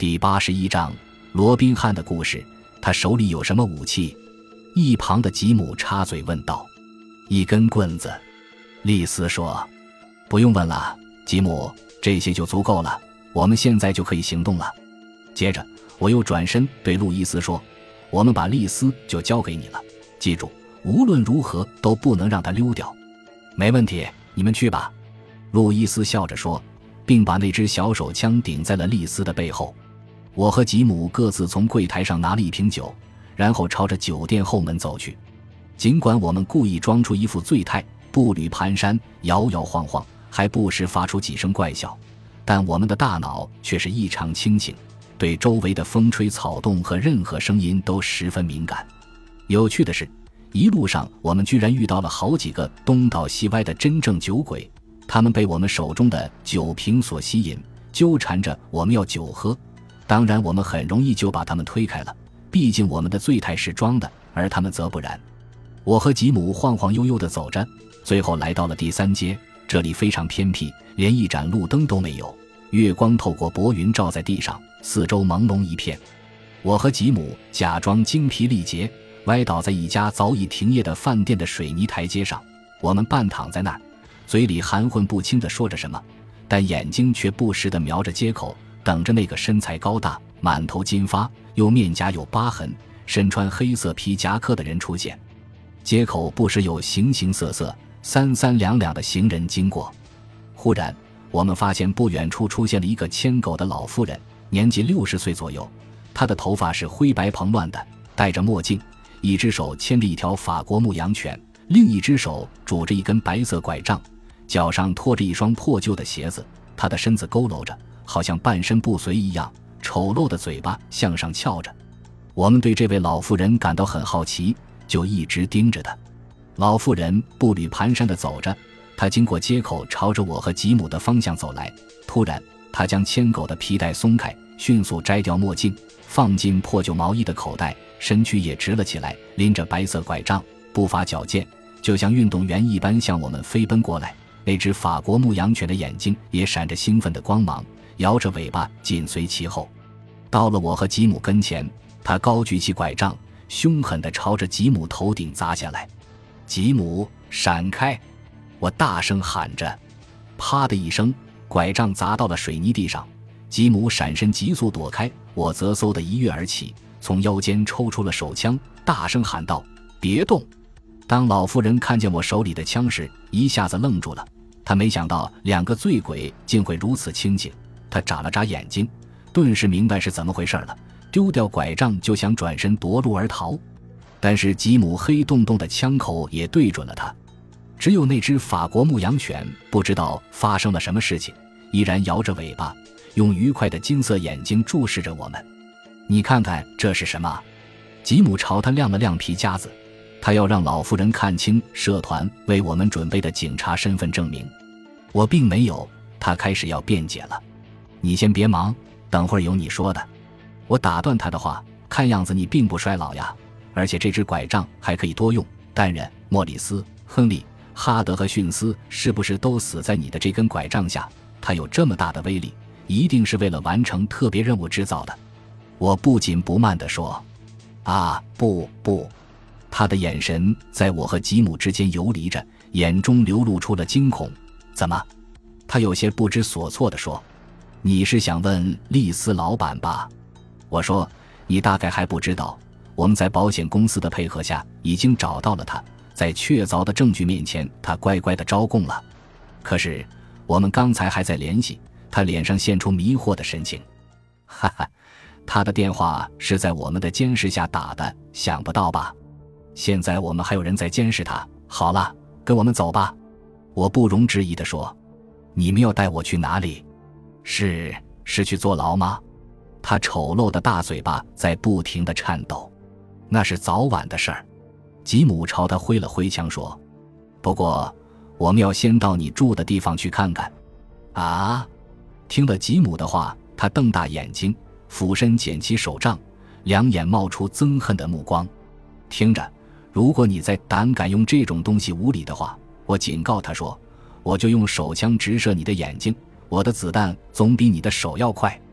第81章罗宾汉的故事。他手里有什么武器？一旁的吉姆插嘴问道。一根棍子。丽丝说。不用问了，吉姆，这些就足够了，我们现在就可以行动了。接着我又转身对路易斯说，我们把丽丝就交给你了，记住无论如何都不能让她溜掉。没问题，你们去吧。路易斯笑着说，并把那支小手枪顶在了丽丝的背后。我和吉姆各自从柜台上拿了一瓶酒，然后朝着酒店后门走去。尽管我们故意装出一副醉态，步履蹒跚，摇摇晃晃，还不时发出几声怪笑，但我们的大脑却是异常清醒，对周围的风吹草动和任何声音都十分敏感。有趣的是，一路上我们居然遇到了好几个东倒西歪的真正酒鬼，他们被我们手中的酒瓶所吸引，纠缠着我们要酒喝。当然我们很容易就把他们推开了，毕竟我们的醉态是装的，而他们则不然。我和吉姆晃晃悠悠地走着，最后来到了第3街，这里非常偏僻，连一盏路灯都没有，月光透过薄云照在地上，四周朦胧一片。我和吉姆假装精疲力竭，歪倒在一家早已停业的饭店的水泥台阶上，我们半躺在那儿，嘴里含混不清地说着什么，但眼睛却不时地瞄着街口，等着那个身材高大，满头金发，又面颊有疤痕，身穿黑色皮夹克的人出现。街口不时有形形色色、三三两两的行人经过。忽然我们发现不远处出现了一个牵狗的老妇人，年纪60岁左右，她的头发是灰白蓬乱的，戴着墨镜，一只手牵着一条法国牧羊犬，另一只手拄着一根白色拐杖，脚上拖着一双破旧的鞋子，她的身子佝偻着，好像半身不遂一样，丑陋的嘴巴向上翘着。我们对这位老妇人感到很好奇，就一直盯着她。老妇人步履蹒跚地走着，她经过街口，朝着我和吉姆的方向走来。突然她将牵狗的皮带松开，迅速摘掉墨镜，放进破旧毛衣的口袋，身躯也直了起来，拎着白色拐杖，步伐矫健，就像运动员一般向我们飞奔过来。那只法国牧羊犬的眼睛也闪着兴奋的光芒，摇着尾巴紧随其后。到了我和吉姆跟前，他高举起拐杖，凶狠地朝着吉姆头顶砸下来。吉姆，闪开！我大声喊着。啪的一声，拐杖砸到了水泥地上，吉姆闪身急速躲开，我则嗖地一跃而起，从腰间抽出了手枪，大声喊道：别动！当老妇人看见我手里的枪时，一下子愣住了，她没想到2个醉鬼竟会如此清醒，她眨了眨眼睛，顿时明白是怎么回事了，丢掉拐杖就想转身夺路而逃。但是吉姆黑洞洞的枪口也对准了他。只有那只法国牧羊犬不知道发生了什么事情，依然摇着尾巴，用愉快的金色眼睛注视着我们。你看看这是什么？吉姆朝他亮了亮皮夹子，他要让老妇人看清社团为我们准备的警察身份证明。我并没有，他开始要辩解了。你先别忙，等会儿有你说的。我打断他的话，看样子你并不衰老呀，而且这只拐杖还可以多用。担任莫里斯、亨利、哈德和逊斯是不是都死在你的这根拐杖下？它有这么大的威力，一定是为了完成特别任务制造的。我不紧不慢地说。啊，不，他的眼神在我和吉姆之间游离着，眼中流露出了惊恐。怎么？他有些不知所措地说。你是想问丽丝老板吧？我说，你大概还不知道，我们在保险公司的配合下已经找到了他，在确凿的证据面前，他乖乖地招供了。可是我们刚才还在联系，他脸上现出迷惑的神情。哈哈，他的电话是在我们的监视下打的，想不到吧？现在我们还有人在监视他。好了，跟我们走吧。我不容置疑地说。你们要带我去哪里？是去坐牢吗？他丑陋的大嘴巴在不停地颤抖。那是早晚的事儿。吉姆朝他挥了挥枪说。不过我们要先到你住的地方去看看。啊？听了吉姆的话，他瞪大眼睛，俯身捡起手杖，两眼冒出憎恨的目光。听着，如果你再胆敢用这种东西无礼的话，我警告他说，我就用手枪直射你的眼睛，我的子弹总比你的手要快。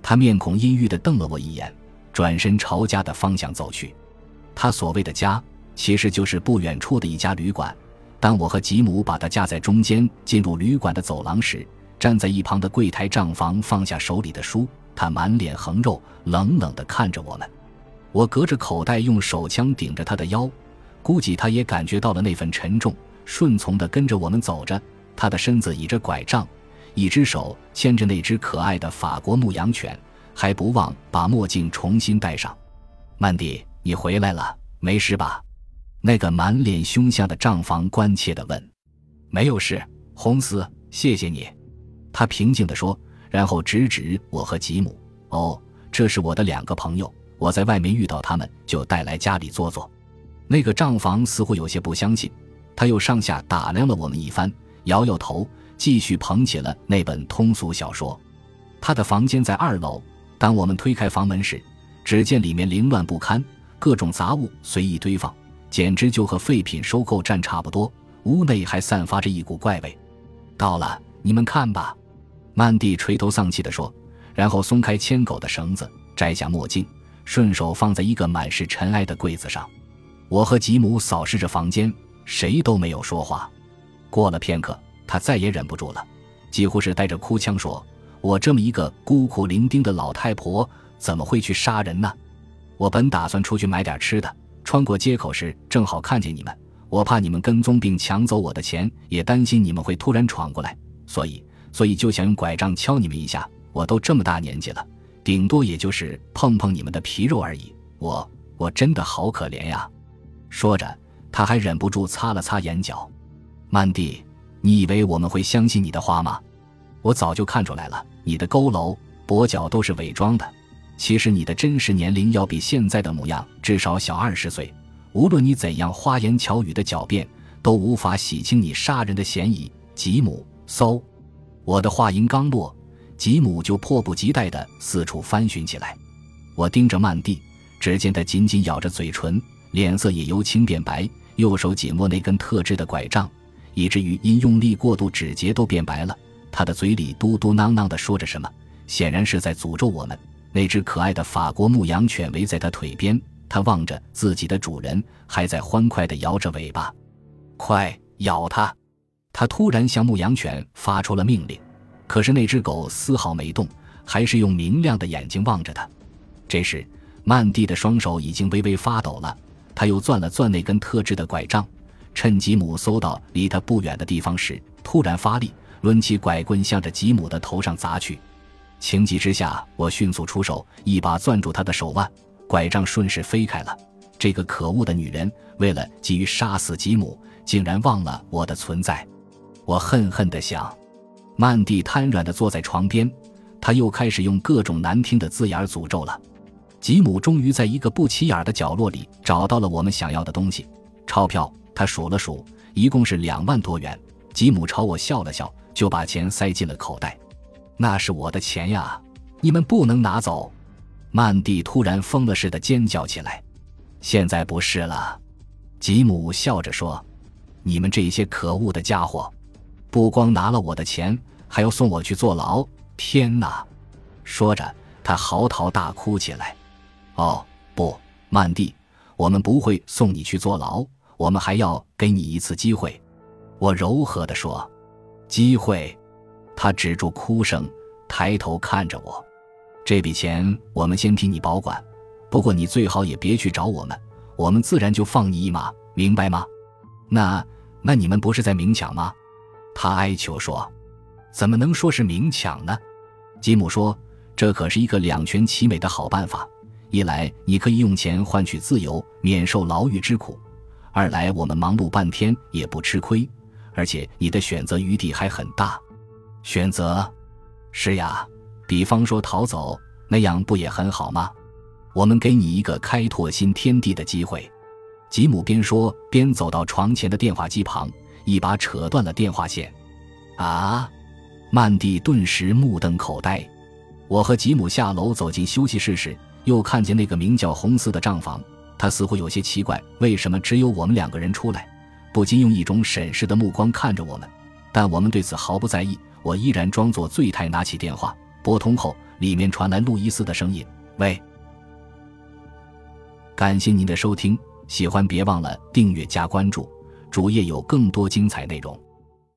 他面孔阴郁地瞪了我一眼，转身朝家的方向走去。他所谓的家其实就是不远处的一家旅馆。当我和吉姆把他架在中间进入旅馆的走廊时，站在一旁的柜台账房放下手里的书，他满脸横肉，冷冷地看着我们。我隔着口袋用手枪顶着他的腰，估计他也感觉到了那份沉重，顺从地跟着我们走着。他的身子倚着拐杖，一只手牵着那只可爱的法国牧羊犬，还不忘把墨镜重新戴上。曼蒂，你回来了，没事吧？那个满脸凶相的账房关切地问。没有事，红斯，谢谢你。他平静地说，然后指指我和吉姆。哦，这是我的2个朋友，我在外面遇到他们，就带来家里坐坐。那个账房似乎有些不相信，他又上下打量了我们一番，摇摇头，继续捧起了那本通俗小说。他的房间在2楼，当我们推开房门时，只见里面凌乱不堪，各种杂物随意堆放，简直就和废品收购站差不多。屋内还散发着一股怪味。到了，你们看吧。曼蒂垂头丧气地说，然后松开牵狗的绳子，摘下墨镜，顺手放在一个满是尘埃的柜子上。我和吉姆扫视着房间，谁都没有说话。过了片刻，他再也忍不住了，几乎是带着哭腔说，我这么一个孤苦伶仃的老太婆怎么会去杀人呢？我本打算出去买点吃的，穿过街口时正好看见你们，我怕你们跟踪并抢走我的钱，也担心你们会突然闯过来，所以就想用拐杖敲你们一下。我都这么大年纪了，顶多也就是碰碰你们的皮肉而已，我真的好可怜呀。说着他还忍不住擦了擦眼角。曼蒂，你以为我们会相信你的话吗？我早就看出来了，你的佝偻跛脚都是伪装的，其实你的真实年龄要比现在的模样至少小20岁，无论你怎样花言巧语的狡辩，都无法洗清你杀人的嫌疑。吉姆，搜！我的话音刚落，吉姆就迫不及待地四处翻寻起来。我盯着曼蒂，只见他紧紧咬着嘴唇，脸色也由青变白，右手紧握那根特制的拐杖，以至于因用力过度指节都变白了。他的嘴里嘟嘟囔囔地说着什么，显然是在诅咒我们。那只可爱的法国牧羊犬围在他腿边，他望着自己的主人，还在欢快地摇着尾巴。快咬他！他突然向牧羊犬发出了命令，可是那只狗丝毫没动，还是用明亮的眼睛望着他。这时曼蒂的双手已经微微发抖了，他又攥了攥那根特制的拐杖，趁吉姆搜到离他不远的地方时，突然发力，抡起拐棍向着吉姆的头上砸去。情急之下，我迅速出手，一把攥住他的手腕，拐杖顺势飞开了。这个可恶的女人为了急于杀死吉姆，竟然忘了我的存在。我恨恨地想。曼蒂瘫软地坐在床边，他又开始用各种难听的字眼诅咒了。吉姆终于在一个不起眼的角落里找到了我们想要的东西，钞票。他数了数，一共是2万多元。吉姆朝我笑了笑，就把钱塞进了口袋。那是我的钱呀，你们不能拿走！曼蒂突然疯了似的尖叫起来。现在不是了，吉姆笑着说，你们这些可恶的家伙，不光拿了我的钱，还要送我去坐牢，天哪！说着他嚎啕大哭起来。哦，不，曼蒂，我们不会送你去坐牢，我们还要给你一次机会。我柔和地说。机会？他止住哭声，抬头看着我。这笔钱我们先替你保管，不过你最好也别去找我们，我们自然就放你一马，明白吗？那你们不是在明抢吗？他哀求说。怎么能说是明抢呢？吉姆说，这可是一个两全其美的好办法，一来你可以用钱换取自由，免受牢狱之苦，二来我们忙碌半天也不吃亏，而且你的选择余地还很大。选择？是呀，比方说逃走，那样不也很好吗？我们给你一个开拓新天地的机会。吉姆边说边走到床前的电话机旁，一把扯断了电话线。啊！曼蒂顿时目瞪口呆。我和吉姆下楼走进休息室时，又看见那个名叫红丝的账房，他似乎有些奇怪，为什么只有我们2个人出来，不禁用一种审视的目光看着我们。但我们对此毫不在意，我依然装作醉态拿起电话， 拨通后，里面传来路易斯的声音：“喂。”感谢您的收听，喜欢别忘了订阅加关注，主页有更多精彩内容。